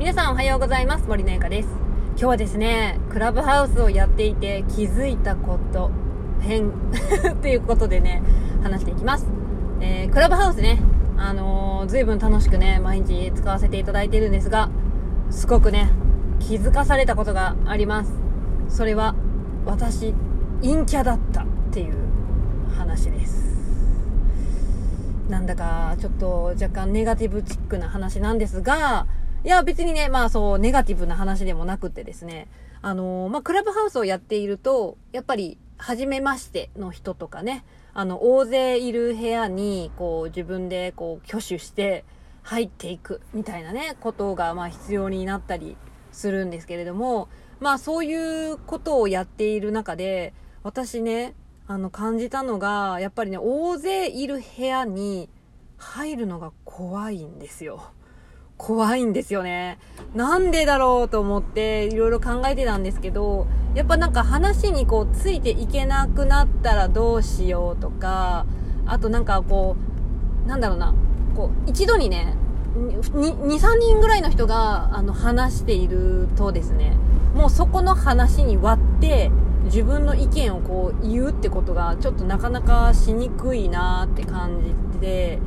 皆さんおはようございます。森のゆかです。今日はですね、クラブハウスをやっていて気づいたこと編ということでね、話していきます。クラブハウスね、随分楽しくね、毎日使わせていただいているんですが、すごくね、気づかされたことがあります。それは、私、陰キャだったっていう話です。なんだかちょっと若干ネガティブチックな話なんですが、いや別にね、そうネガティブな話でもなくってですね、クラブハウスをやっていると、やっぱり初めましての人とかね、大勢いる部屋にこう自分でこう挙手して入っていくみたいなね、ことが必要になったりするんですけれども、そういうことをやっている中で、私ね、感じたのが、やっぱりね、大勢いる部屋に入るのが怖いんですよ。怖いんですよね。なんでだろうと思っていろいろ考えてたんですけど、やっぱなんか話にこうついていけなくなったらどうしようとか、あとなんかこう、なんだろうな、こう一度にね、2、3人ぐらいの人が話しているとですね、もうそこの話に割って自分の意見をこう言うってことがちょっとなかなかしにくいなって感じて、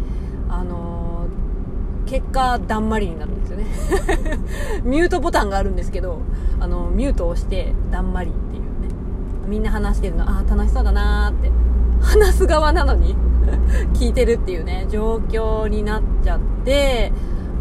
結果だんまりになるんですよねミュートボタンがあるんですけど、ミュートをしてだんまりっていうね、みんな話してるの楽しそうだなーって話す側なのに聞いてるっていうね状況になっちゃって、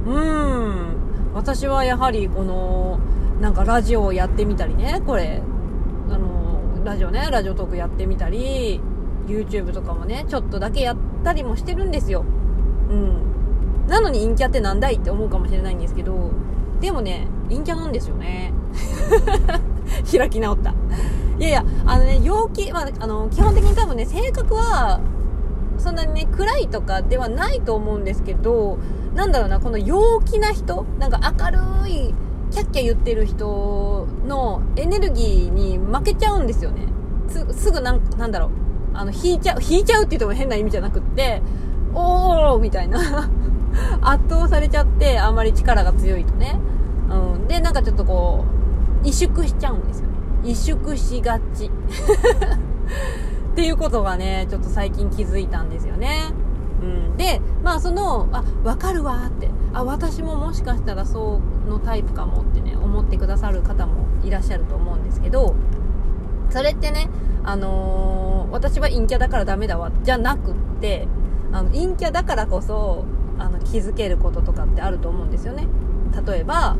私はやはりこのなんかラジオをやってみたりね、これラジオトークやってみたり YouTube とかもねちょっとだけやったりもしてるんですよ。なのに陰キャってなんだいって思うかもしれないんですけど、でもね陰キャなんですよね開き直った。いや陽気、基本的に多分ね性格はそんなにね暗いとかではないと思うんですけど、なんだろうな、この陽気な人、なんか明るいキャッキャ言ってる人のエネルギーに負けちゃうんですよね。すぐなんだろう、引いちゃうって言っても変な意味じゃなくって、おーみたいな圧倒されちゃって、あんまり力が強いとね、でなんかちょっとこう萎縮しちゃうんですよね。萎縮しがちっていうことがねちょっと最近気づいたんですよね。でわかるわって、私ももしかしたらそのタイプかもってね思ってくださる方もいらっしゃると思うんですけど、それってね私は陰キャだからダメだわじゃなくって、陰キャだからこそ気づけることとかってあると思うんですよね。例えば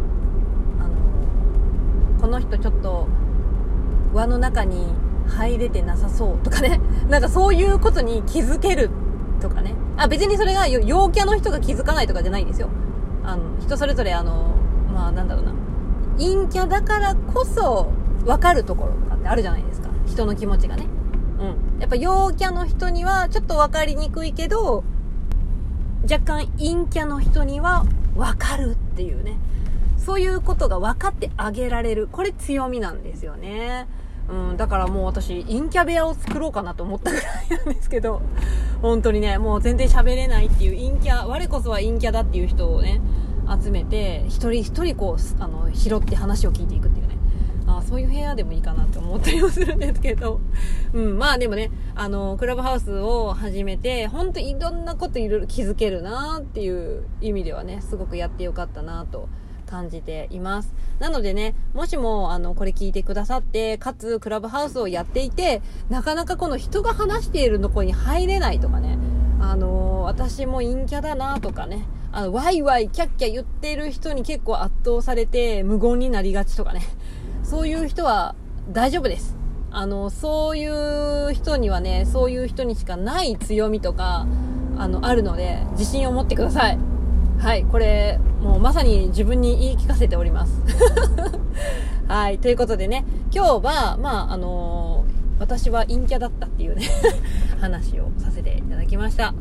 この人ちょっと輪の中に入れてなさそうとかね、なんかそういうことに気づけるとかね。別にそれが陽キャの人が気づかないとかじゃないんですよ。人それぞれなんだろうな、陰キャだからこそ分かるところとかってあるじゃないですか、人の気持ちがね。やっぱ陽キャの人にはちょっと分かりにくいけど、若干陰キャの人には分かるっていうね、そういうことが分かってあげられる、これ強みなんですよね。だからもう私陰キャ部屋を作ろうかなと思ったぐらいなんですけど、本当にねもう全然喋れないっていう陰キャ、我こそは陰キャだっていう人をね集めて一人一人こう拾って話を聞いていくっていうね、そういう部屋でもいいかなって思ったりもするんですけど、でもねクラブハウスを始めて本当にいろんなこといろいろ気づけるなっていう意味ではね、すごくやってよかったなと感じています。なのでね、もしもこれ聞いてくださって、かつクラブハウスをやっていて、なかなかこの人が話しているところに入れないとかね、私も陰キャだなとかね、ワイワイキャッキャ言ってる人に結構圧倒されて無言になりがちとかね、そういう人は大丈夫です。そういう人にはね、そういう人にしかない強みとかあるので、自信を持ってください。はい、これもうまさに自分に言い聞かせておりますはい、ということでね、今日は私は陰キャだったっていうね話をさせていただきました。はい、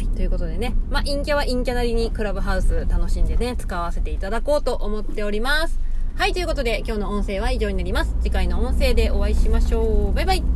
ということでね、陰キャは陰キャなりにクラブハウス楽しんでね使わせていただこうと思っております。はい、ということで今日の音声は以上になります。次回の音声でお会いしましょう。バイバイ。